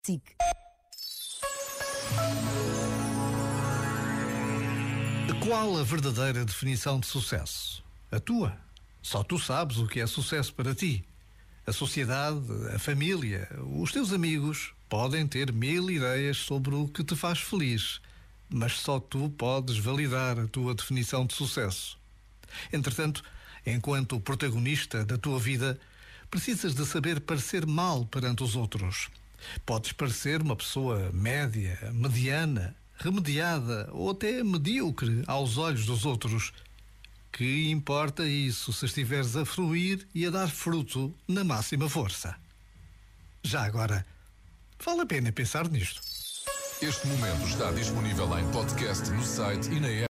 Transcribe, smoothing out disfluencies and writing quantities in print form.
SIC. Qual a verdadeira definição de sucesso? A tua? Só tu sabes o que é sucesso para ti. A sociedade, a família, os teus amigos podem ter 1000 ideias sobre o que te faz feliz, mas só tu podes validar a tua definição de sucesso. Entretanto, enquanto protagonista da tua vida, precisas de saber parecer mal perante os outros. Podes parecer uma pessoa média, mediana, remediada ou até medíocre aos olhos dos outros. Que importa isso se estiveres a fruir e a dar fruto na máxima força? Já agora, vale a pena pensar nisto. Este momento está disponível em podcast no site e na app.